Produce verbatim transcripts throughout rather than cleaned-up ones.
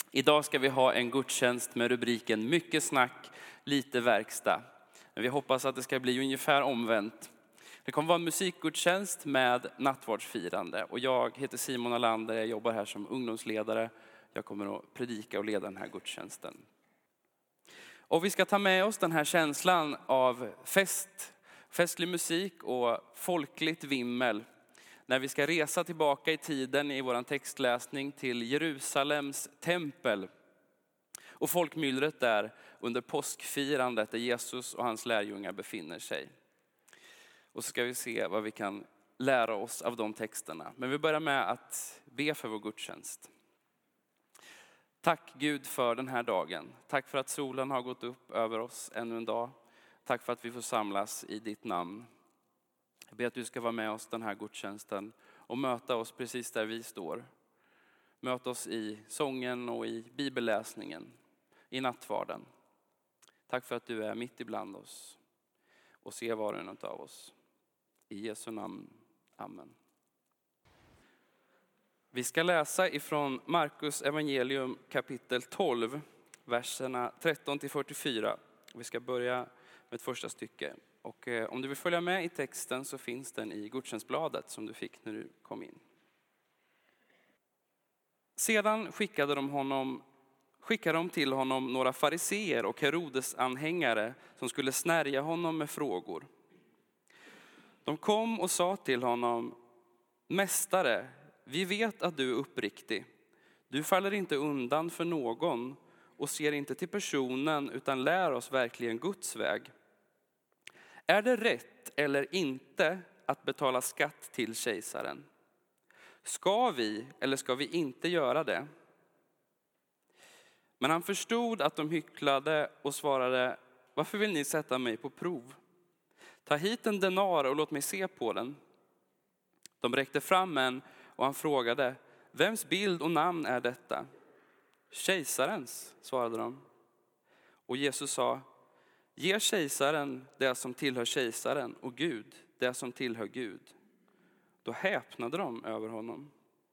Idag ska vi ha en gudstjänst med rubriken Mycket snack, lite verkstad. Men vi hoppas att det ska bli ungefär omvänt. Det kommer vara en musikgudstjänst med nattvardsfirande. Och jag heter Simon Alander, jag jobbar här som ungdomsledare. Jag kommer att predika och leda den här gudstjänsten. Och vi ska ta med oss den här känslan av fest, festlig musik och folkligt vimmel. När vi ska resa tillbaka i tiden i vår textläsning till Jerusalems tempel. Och folkmyllret där under påskfirandet där Jesus och hans lärjungar befinner sig. Och så ska vi se vad vi kan lära oss av de texterna. Men vi börjar med att be för vår gudstjänst. Tack Gud för den här dagen. Tack för att solen har gått upp över oss ännu en dag. Tack för att vi får samlas i ditt namn. Jag ber att du ska vara med oss den här gudstjänsten och möta oss precis där vi står. Möta oss i sången och i bibelläsningen, i nattvarden. Tack för att du är mitt ibland oss och ser var och en av oss. I Jesu namn, amen. Vi ska läsa ifrån Markus evangelium kapitel tolv, verserna tretton till fyrtiofyra. Vi ska börja med ett första stycke. Och om du vill följa med i texten så finns den i gudstjänstbladet som du fick när du kom in. Sedan skickade de, honom, skickade de till honom några fariseer och Herodes anhängare som skulle snärja honom med frågor. De kom och sa till honom: Mästare, vi vet att du är uppriktig. Du faller inte undan för någon och ser inte till personen utan lär oss verkligen Guds väg. Är det rätt eller inte att betala skatt till kejsaren? Ska vi eller ska vi inte göra det? Men han förstod att de hycklade och svarade: Varför vill ni sätta mig på prov? Ta hit en denar och låt mig se på den. De räckte fram en och han frågade: Vems bild och namn är detta? Kejsarens, svarade de. Och Jesus sa: Ge kejsaren det som tillhör kejsaren och Gud det som tillhör Gud. Då häpnade de över honom.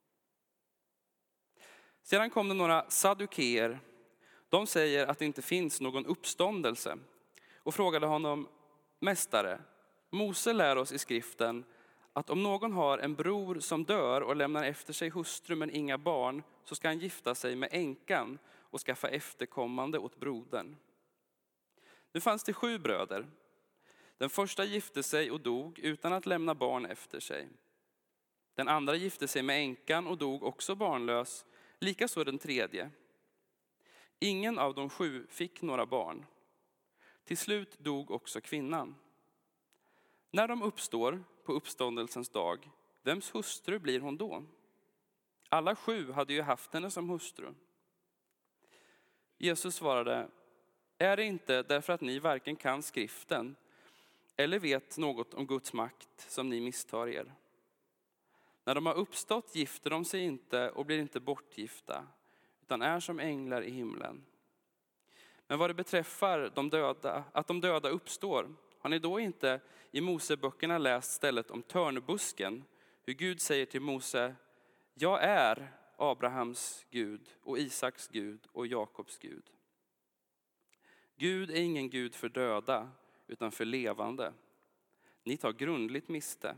Sedan kom det några saddukeer. De säger att det inte finns någon uppståndelse och frågade honom: Mästare, Mose lär oss i skriften att om någon har en bror som dör och lämnar efter sig hustru men inga barn, så ska han gifta sig med änkan och skaffa efterkommande åt brodern. Nu fanns det sju bröder. Den första gifte sig och dog utan att lämna barn efter sig. Den andra gifte sig med änkan och dog också barnlös, likaså den tredje. Ingen av de sju fick några barn. Till slut dog också kvinnan. När de uppstår på uppståndelsens dag, vems hustru blir hon då? Alla sju hade ju haft henne som hustru. Jesus svarade: Är det inte därför att ni varken kan skriften eller vet något om Guds makt som ni misstar er? När de har uppstått gifter de sig inte och blir inte bortgifta, utan är som änglar i himlen. Men vad det beträffar de döda, att de döda uppstår, har ni då inte i Moseböckerna läst stället om törnbusken, hur Gud säger till Mose: Jag är Abrahams Gud och Isaks Gud och Jakobs Gud. Gud är ingen Gud för döda utan för levande. Ni tar grundligt miste.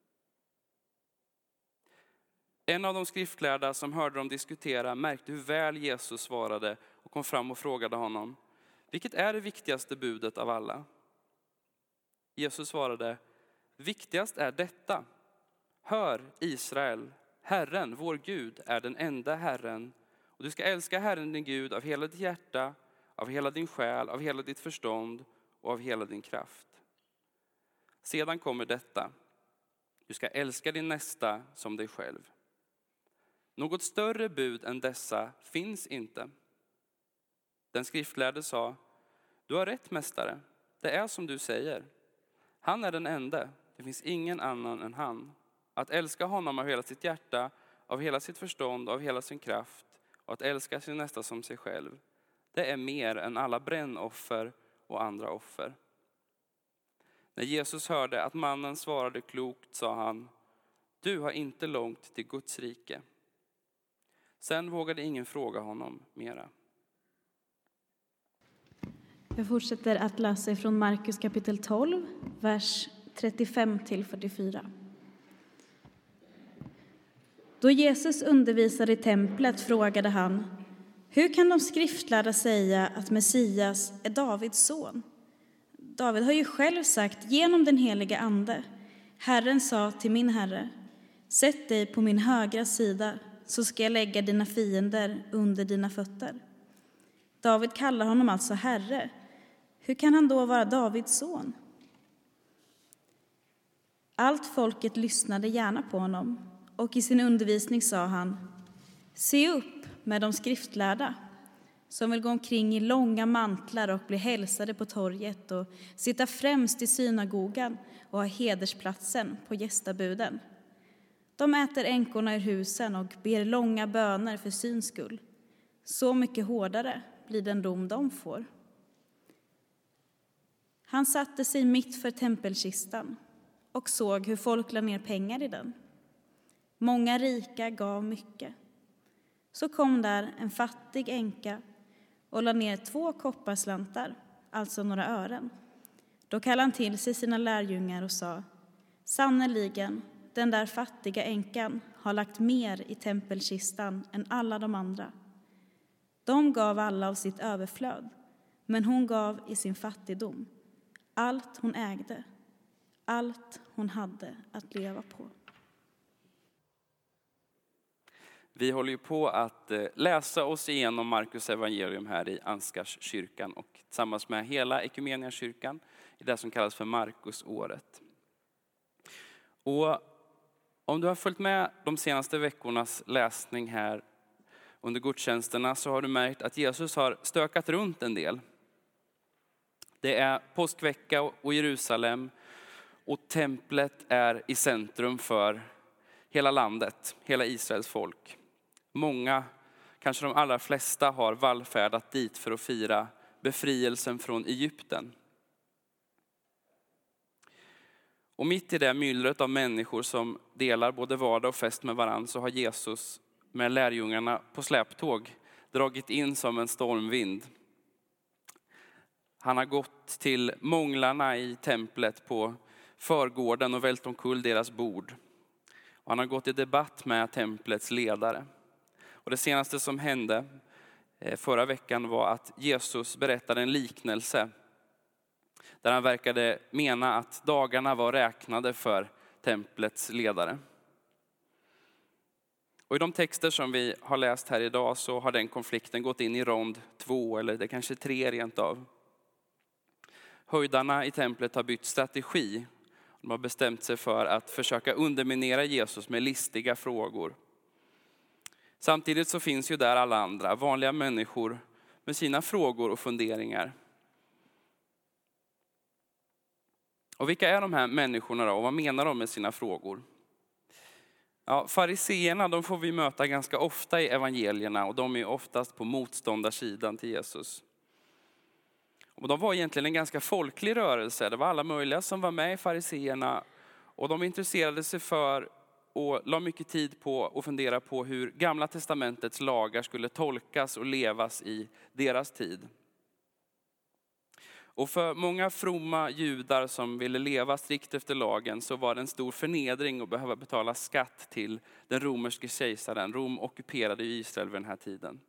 En av de skriftlärda som hörde dem diskutera märkte hur väl Jesus svarade och kom fram och frågade honom: Vilket är det viktigaste budet av alla? Jesus svarade: Viktigast är detta: Hör Israel, Herren, vår Gud, är den enda Herren. Och du ska älska Herren din Gud av hela ditt hjärta, av hela din själ, av hela ditt förstånd och av hela din kraft. Sedan kommer detta: Du ska älska din nästa som dig själv. Något större bud än dessa finns inte. Den skriftlärde sa: Du har rätt, mästare. Det är som du säger. Han är den enda. Det finns ingen annan än han. Att älska honom av hela sitt hjärta, av hela sitt förstånd, av hela sin kraft och att älska sin nästa som sig själv, det är mer än alla brännoffer och andra offer. När Jesus hörde att mannen svarade klokt sa han: Du har inte långt till Guds rike. Sen vågade ingen fråga honom mera. Jag fortsätter att läsa från Markus kapitel tolv, vers trettiofem till fyrtiofyra. Då Jesus undervisade i templet frågade han: Hur kan de skriftlärda säga att Messias är Davids son? David har ju själv sagt genom den heliga ande: Herren sa till min herre: Sätt dig på min högra sida, så ska jag lägga dina fiender under dina fötter. David kallar honom alltså herre. Hur kan han då vara Davids son? Allt folket lyssnade gärna på honom, och i sin undervisning sa han: Se upp med de skriftlärda som vill gå omkring i långa mantlar och bli hälsade på torget och sitta främst i synagogan och ha hedersplatsen på gästabuden. De äter änkorna ur husen och ber långa böner för syns skull. Så mycket hårdare blir den dom de får. Han satte sig mitt för tempelkistan och såg hur folk la ner pengar i den. Många rika gav mycket. Så kom där en fattig änka och la ner två kopparslantar, alltså några ören. Då kallade han till sig sina lärjungar och sa: Sannerligen, den där fattiga änkan har lagt mer i tempelkistan än alla de andra. De gav alla av sitt överflöd, men hon gav i sin fattigdom allt hon ägde, allt hon hade att leva på. Vi håller ju på att läsa oss igenom Markus evangelium här i Ansgarskyrkan och tillsammans med hela Ekumeniakyrkan i det som kallas för Markusåret. Och om du har följt med de senaste veckornas läsning här under gudstjänsterna så har du märkt att Jesus har stökat runt en del. Det är påskvecka och Jerusalem och templet är i centrum för hela landet, hela Israels folk. Många, kanske de allra flesta, har vallfärdat dit för att fira befrielsen från Egypten. Och mitt i det myllret av människor som delar både vardag och fest med varann så har Jesus med lärjungarna på släptåg dragit in som en stormvind. Han har gått till månglarna i templet på förgården och vält omkull deras bord. Och han har gått i debatt med templets ledare. Och det senaste som hände förra veckan var att Jesus berättade en liknelse där han verkade mena att dagarna var räknade för templets ledare. Och i de texter som vi har läst här idag så har den konflikten gått in i rond två eller det kanske tre rent av. Höjdarna i templet har bytt strategi. De har bestämt sig för att försöka underminera Jesus med listiga frågor. Samtidigt så finns ju där alla andra, vanliga människor med sina frågor och funderingar. Och vilka är de här människorna då? Och vad menar de med sina frågor? Ja, fariseerna, de får vi möta ganska ofta i evangelierna och de är oftast på motståndarsidan till Jesus. Och de var egentligen en ganska folklig rörelse. Det var alla möjliga som var med i fariseerna och de intresserade sig för och la mycket tid på att fundera på hur Gamla testamentets lagar skulle tolkas och levas i deras tid. Och för många fromma judar som ville leva strikt efter lagen så var det en stor förnedring att behöva betala skatt till den romerske kejsaren. Rom ockuperade Israel vid den här tiden.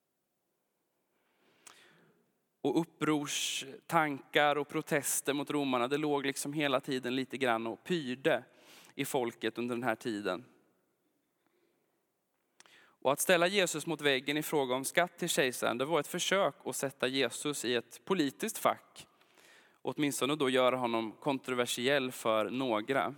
Och upprorstankar och protester mot romarna, det låg liksom hela tiden lite grann och pyrde i folket under den här tiden. Och att ställa Jesus mot väggen i fråga om skatt till kejsaren, det var ett försök att sätta Jesus i ett politiskt fack. Och åtminstone då göra honom kontroversiell för några.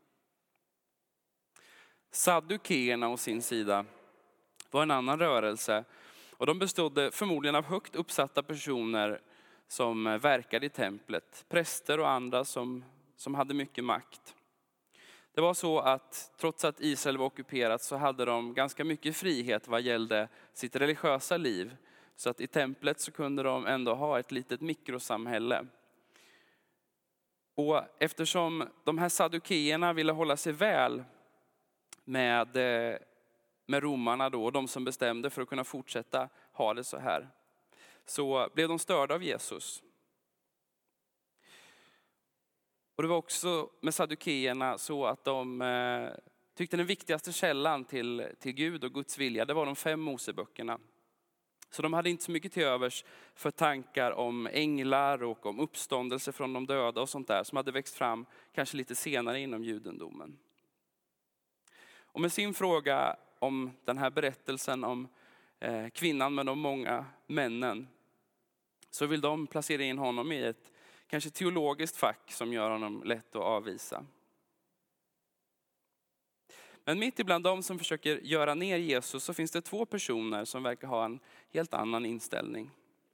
Saddukeerna å sin sida var en annan rörelse. Och de bestod förmodligen av högt uppsatta personer som verkade i templet. Präster och andra som, som hade mycket makt. Det var så att trots att Israel var ockuperat så hade de ganska mycket frihet vad gällde sitt religiösa liv. Så att i templet så kunde de ändå ha ett litet mikrosamhälle. Och eftersom de här saddukeerna ville hålla sig väl med med romarna då, och de som bestämde för att kunna fortsätta ha det så här, så blev de störda av Jesus. Och det var också med saddukeerna så att de eh, tyckte den viktigaste källan till, till Gud och Guds vilja, det var de fem Moseböckerna. Så de hade inte så mycket till övers för tankar om änglar och om uppståndelse från de döda och sånt där som hade växt fram kanske lite senare inom judendomen. Och med sin fråga om den här berättelsen om eh, kvinnan med de många männen, så vill de placera in honom i ett kanske teologiskt fack som gör honom lätt att avvisa. Men mitt ibland de som försöker göra ner Jesus så finns det två personer som verkar ha en helt annan inställning.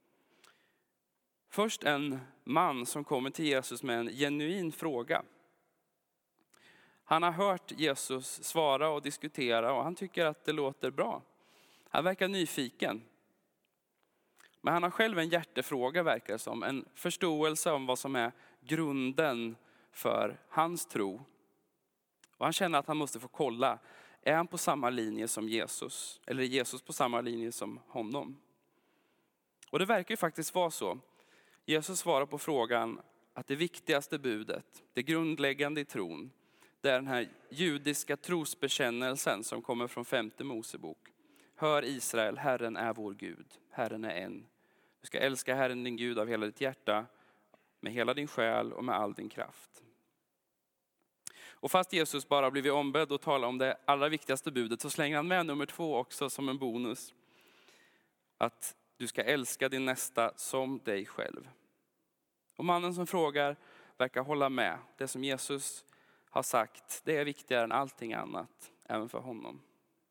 Först en man som kommer till Jesus med en genuin fråga. Han har hört Jesus svara och diskutera och han tycker att det låter bra. Han verkar nyfiken. Men han har själv en hjärtefråga, verkar det som. En förståelse om vad som är grunden för hans tro. Och han känner att han måste få kolla. Är han på samma linje som Jesus? Eller är Jesus på samma linje som honom? Och det verkar ju faktiskt vara så. Jesus svarar på frågan att det viktigaste budet, det grundläggande i tron, det är den här judiska trosbekännelsen som kommer från femte Mosebok. Hör Israel, Herren är vår Gud, Herren är en. Du ska älska Herren din Gud av hela ditt hjärta, med hela din själ och med all din kraft. Och fast Jesus bara blivit ombedd att tala om det allra viktigaste budet, så slänger han med nummer två också som en bonus. Att du ska älska din nästa som dig själv. Och mannen som frågar verkar hålla med. Det som Jesus har sagt, det är viktigare än allting annat, även för honom.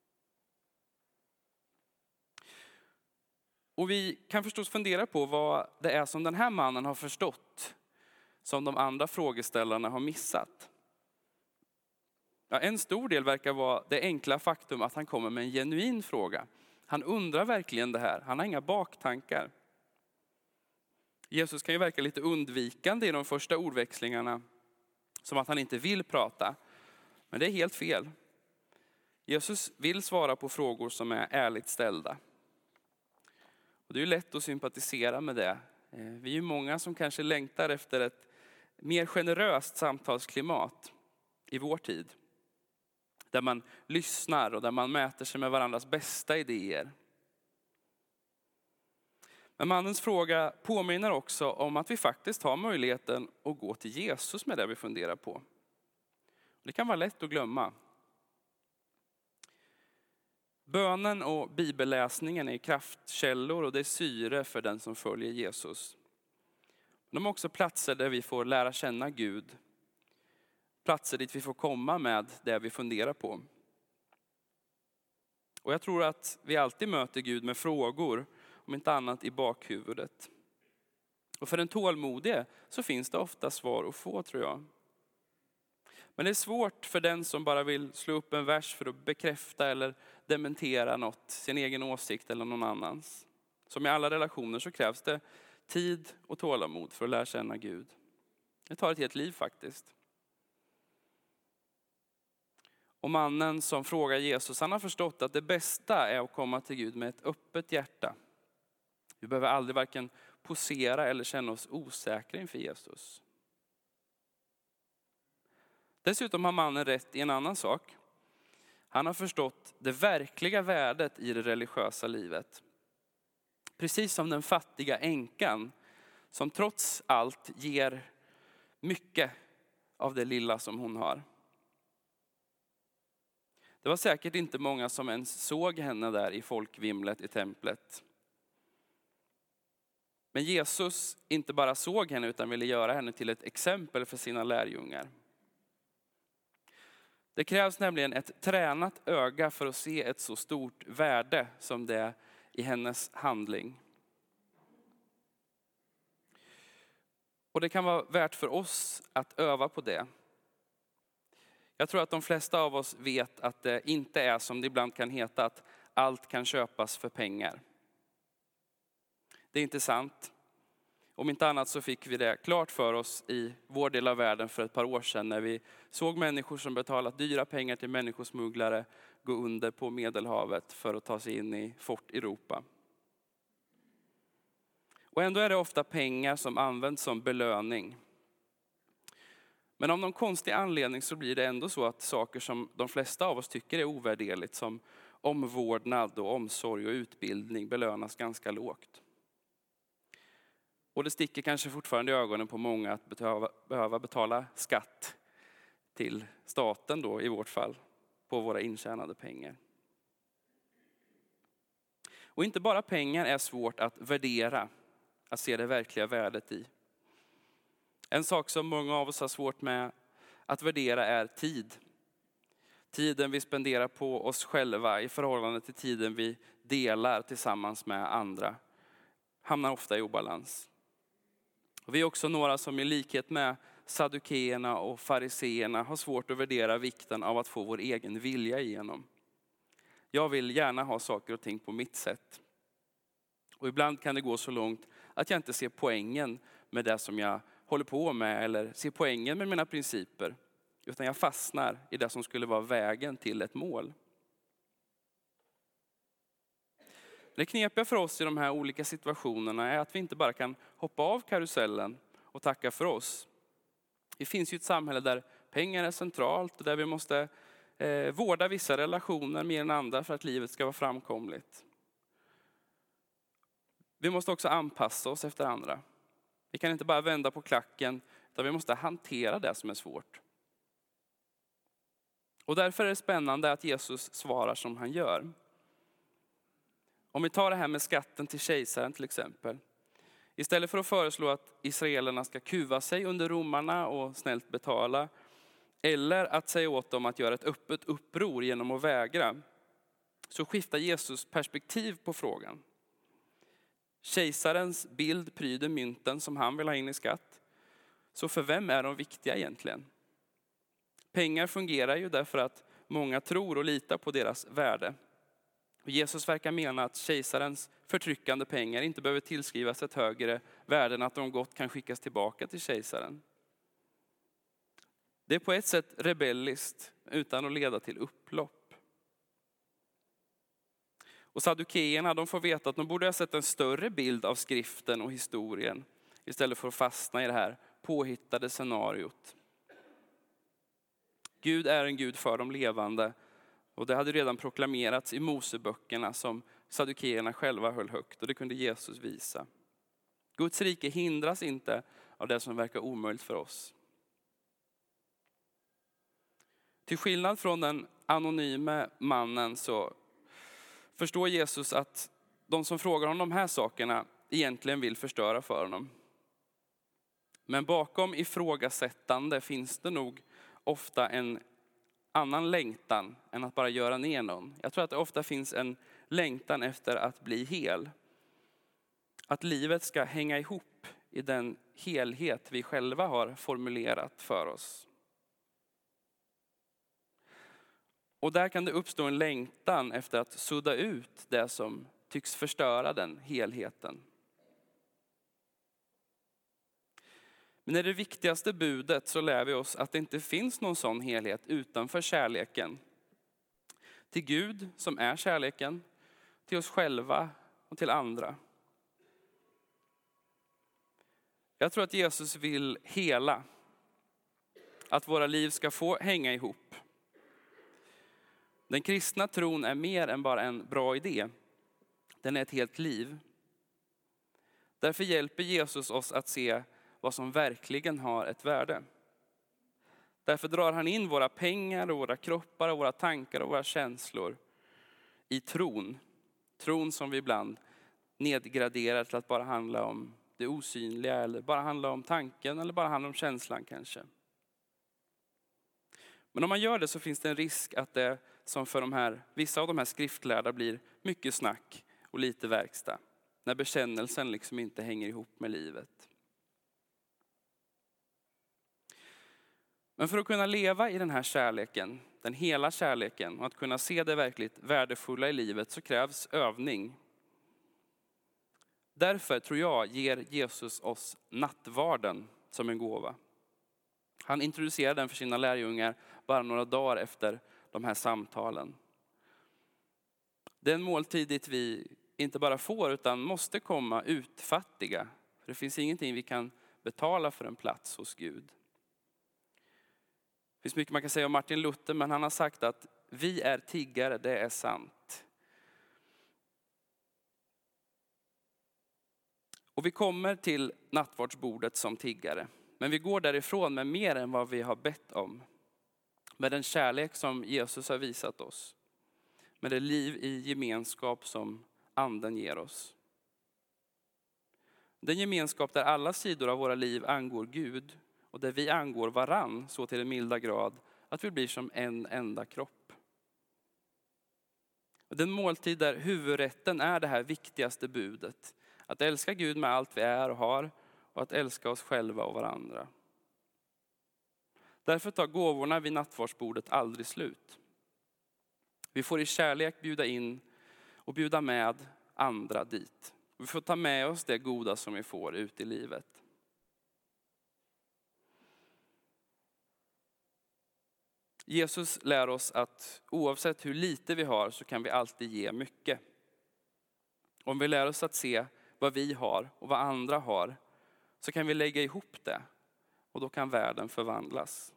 Och vi kan förstås fundera på vad det är som den här mannen har förstått, som de andra frågeställarna har missat. Ja, en stor del verkar vara det enkla faktum att han kommer med en genuin fråga. Han undrar verkligen det här, han har inga baktankar. Jesus kan ju verka lite undvikande i de första ordväxlingarna, som att han inte vill prata. Men det är helt fel. Jesus vill svara på frågor som är ärligt ställda. Och det är ju lätt att sympatisera med det. Vi är ju många som kanske längtar efter ett mer generöst samtalsklimat i vår tid. Där man lyssnar och där man mäter sig med varandras bästa idéer. Men mannens fråga påminner också om att vi faktiskt har möjligheten att gå till Jesus med det vi funderar på. Det kan vara lätt att glömma. Bönen och bibelläsningen är kraftkällor och det är syre för den som följer Jesus. De är också platser där vi får lära känna Gud. Platser dit vi får komma med det vi funderar på. Och jag tror att vi alltid möter Gud med frågor, om inte annat i bakhuvudet. Och för den tålmodige så finns det ofta svar att få, tror jag. Men det är svårt för den som bara vill slå upp en vers för att bekräfta eller dementera något, sin egen åsikt eller någon annans. Som i alla relationer så krävs det tid och tålamod för att lära känna Gud. Det tar ett helt liv faktiskt. Och mannen som frågar Jesus, han har förstått att det bästa är att komma till Gud med ett öppet hjärta. Vi behöver aldrig varken posera eller känna oss osäkra inför Jesus. Dessutom har mannen rätt i en annan sak. Han har förstått det verkliga värdet i det religiösa livet. Precis som den fattiga änkan som trots allt ger mycket av det lilla som hon har. Det var säkert inte många som ens såg henne där i folkvimlet i templet. Men Jesus inte bara såg henne utan ville göra henne till ett exempel för sina lärjungar. Det krävs nämligen ett tränat öga för att se ett så stort värde som det är i hennes handling. Och det kan vara värt för oss att öva på det. Jag tror att de flesta av oss vet att det inte är som det ibland kan heta, att allt kan köpas för pengar. Det är inte sant. Om inte annat så fick vi det klart för oss i vår del av världen för ett par år sedan när vi såg människor som betalat dyra pengar till människosmugglare gå under på Medelhavet för att ta sig in i Fort Europa. Och ändå är det ofta pengar som används som belöning. Men av någon konstig anledning så blir det ändå så att saker som de flesta av oss tycker är ovärderligt, som omvårdnad och omsorg och utbildning, belönas ganska lågt. Och det sticker kanske fortfarande i ögonen på många att behöva, behöva betala skatt till staten då i vårt fall på våra intjänade pengar. Och inte bara pengar är svårt att värdera, att se det verkliga värdet i. En sak som många av oss har svårt med att värdera är tid. Tiden vi spenderar på oss själva i förhållande till tiden vi delar tillsammans med andra hamnar ofta i obalans. Och vi är också några som i likhet med saddukeerna och fariseerna har svårt att värdera vikten av att få vår egen vilja igenom. Jag vill gärna ha saker och ting på mitt sätt. Och ibland kan det gå så långt att jag inte ser poängen med det som jag håller på med eller ser poängen med mina principer. Utan jag fastnar i det som skulle vara vägen till ett mål. Det knepiga för oss i de här olika situationerna är att vi inte bara kan hoppa av karusellen och tacka för oss. Det finns ju ett samhälle där pengar är centralt och där vi måste eh, vårda vissa relationer mer än andra för att livet ska vara framkomligt. Vi måste också anpassa oss efter andra. Vi kan inte bara vända på klacken, utan vi måste hantera det som är svårt. Och därför är det spännande att Jesus svarar som han gör. Om vi tar det här med skatten till kejsaren till exempel. Istället för att föreslå att israelerna ska kuva sig under romarna och snällt betala, eller att säga åt dem att göra ett öppet uppror genom att vägra, så skiftar Jesus perspektiv på frågan. Kejsarens bild pryder mynten som han vill ha in i skatt. Så för vem är de viktiga egentligen? Pengar fungerar ju därför att många tror och litar på deras värde. Och Jesus verkar mena att kejsarens förtryckande pengar inte behöver tillskrivas ett högre värde än att de gott kan skickas tillbaka till kejsaren. Det är på ett sätt rebelliskt utan att leda till upplopp. Och saddukeerna, de får veta att de borde ha sett en större bild av skriften och historien istället för att fastna i det här påhittade scenariot. Gud är en Gud för de levande, och det hade redan proklamerats i Moseböckerna som saddukeerna själva höll högt, och det kunde Jesus visa. Guds rike hindras inte av det som verkar omöjligt för oss. Till skillnad från den anonyme mannen så förstår Jesus att de som frågar om de här sakerna egentligen vill förstöra för honom. Men bakom ifrågasättande finns det nog ofta en annan längtan än att bara göra ner någon. Jag tror att det ofta finns en längtan efter att bli hel. Att livet ska hänga ihop i den helhet vi själva har formulerat för oss. Och där kan det uppstå en längtan efter att sudda ut det som tycks förstöra den helheten. Men i det viktigaste budet så lär vi oss att det inte finns någon sån helhet utanför kärleken. Till Gud som är kärleken, till oss själva och till andra. Jag tror att Jesus vill hela. Att våra liv ska få hänga ihop. Den kristna tron är mer än bara en bra idé. Den är ett helt liv. Därför hjälper Jesus oss att se vad som verkligen har ett värde. Därför drar han in våra pengar och våra kroppar och våra tankar och våra känslor i tron. Tron som vi ibland nedgraderar till att bara handla om det osynliga, eller bara handla om tanken, eller bara handla om känslan kanske. Men om man gör det så finns det en risk att det som för de här, vissa av de här skriftlärda blir mycket snack och lite verkstad. När bekännelsen liksom inte hänger ihop med livet. Men för att kunna leva i den här kärleken, den hela kärleken, och att kunna se det verkligt värdefulla i livet så krävs övning. Därför tror jag ger Jesus oss nattvarden som en gåva. Han introducerar den för sina lärjungar bara några dagar efter de här samtalen. Det är en måltid dit vi inte bara får utan måste komma utfattiga. För det finns ingenting vi kan betala för en plats hos Gud. Det finns mycket man kan säga om Martin Luther, men han har sagt att vi är tiggare, det är sant. Och vi kommer till nattvardsbordet som tiggare. Men vi går därifrån med mer än vad vi har bett om. Med den kärlek som Jesus har visat oss. Med det liv i gemenskap som anden ger oss. Den gemenskap där alla sidor av våra liv angår Gud. Och där vi angår varann så till en milda grad att vi blir som en enda kropp. Den måltid där huvudrätten är det här viktigaste budet. Att älska Gud med allt vi är och har och att älska oss själva och varandra. Därför tar gåvorna vid nattvardsbordet aldrig slut. Vi får i kärlek bjuda in och bjuda med andra dit. Vi får ta med oss det goda som vi får ut i livet. Jesus lär oss att oavsett hur lite vi har så kan vi alltid ge mycket. Om vi lär oss att se vad vi har och vad andra har så kan vi lägga ihop det och då kan världen förvandlas.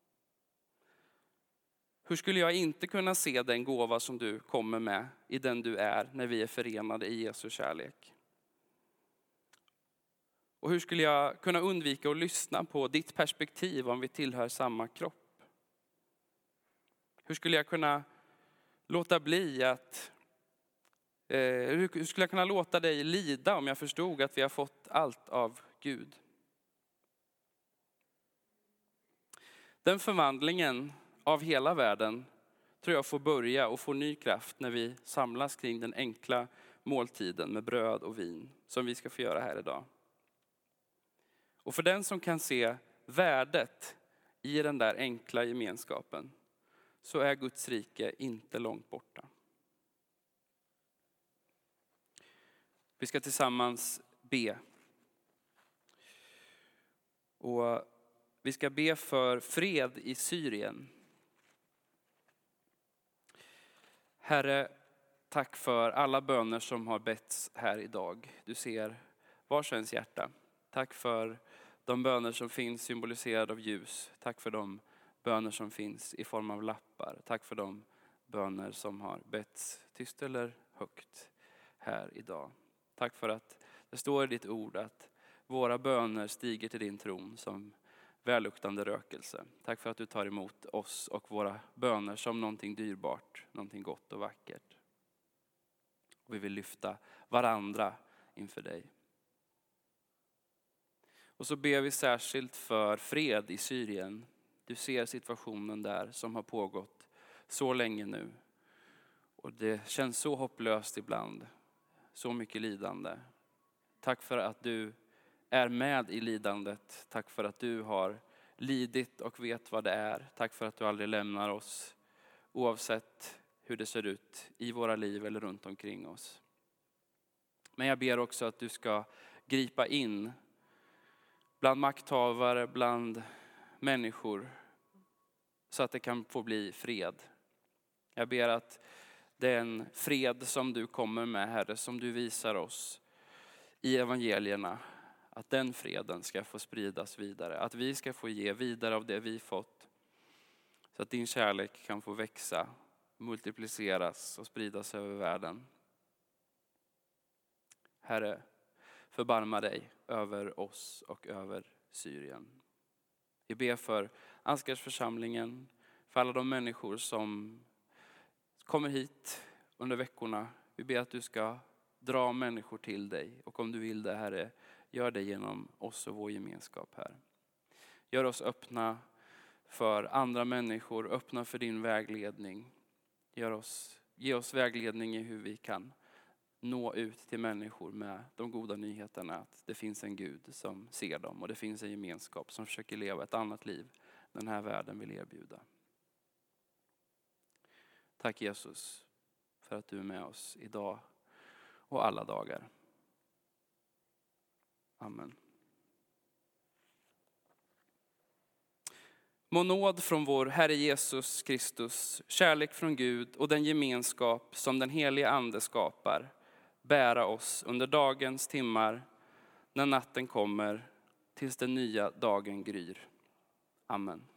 Hur skulle jag inte kunna se den gåva som du kommer med i den du är när vi är förenade i Jesu kärlek? Och hur skulle jag kunna undvika att lyssna på ditt perspektiv om vi tillhör samma kropp? Hur skulle jag kunna låta bli att eh, hur skulle jag kunna låta dig lida om jag förstod att vi har fått allt av Gud? Den förvandlingen av hela världen tror jag får börja och få ny kraft när vi samlas kring den enkla måltiden med bröd och vin som vi ska få göra här idag. Och för den som kan se värdet i den där enkla gemenskapen så är Guds rike inte långt borta. Vi ska tillsammans be. Och vi ska be för fred i Syrien. Herre, tack för alla böner som har betts här idag. Du ser vars ens hjärta. Tack för de böner som finns symboliserade av ljus. Tack för de böner som finns i form av lappar. Tack för de böner som har betts tyst eller högt här idag. Tack för att det står i ditt ord att våra böner stiger till din tron som välluktande rökelse. Tack för att du tar emot oss och våra böner som någonting dyrbart, någonting gott och vackert. Och vi vill lyfta varandra inför dig. Och så ber vi särskilt för fred i Syrien. Du ser situationen där som har pågått så länge nu. Och det känns så hopplöst ibland. Så mycket lidande. Tack för att du är med i lidandet. Tack för att du har lidit och vet vad det är. Tack för att du aldrig lämnar oss. Oavsett hur det ser ut i våra liv eller runt omkring oss. Men jag ber också att du ska gripa in bland makthavare, bland människor. Så att det kan få bli fred. Jag ber att den fred som du kommer med, Herre, som du visar oss i evangelierna, att den freden ska få spridas vidare. Att vi ska få ge vidare av det vi fått. Så att din kärlek kan få växa, multipliceras och spridas över världen. Herre, förbarma dig över oss och över Syrien. Vi ber för Ansgarsförsamlingen, för alla de människor som kommer hit under veckorna. Vi ber att du ska dra människor till dig. Och om du vill det, Herre, gör det genom oss och vår gemenskap här. Gör oss öppna för andra människor, öppna för din vägledning. Gör oss, ge oss vägledning i hur vi kan nå ut till människor med de goda nyheterna att det finns en Gud som ser dem och det finns en gemenskap som försöker leva ett annat liv den här världen vill erbjuda. Tack Jesus för att du är med oss idag och alla dagar. Amen. Må nåd från vår Herre Jesus Kristus, kärlek från Gud och den gemenskap som den helige Ande skapar bära oss under dagens timmar när natten kommer tills den nya dagen gryr. Amen.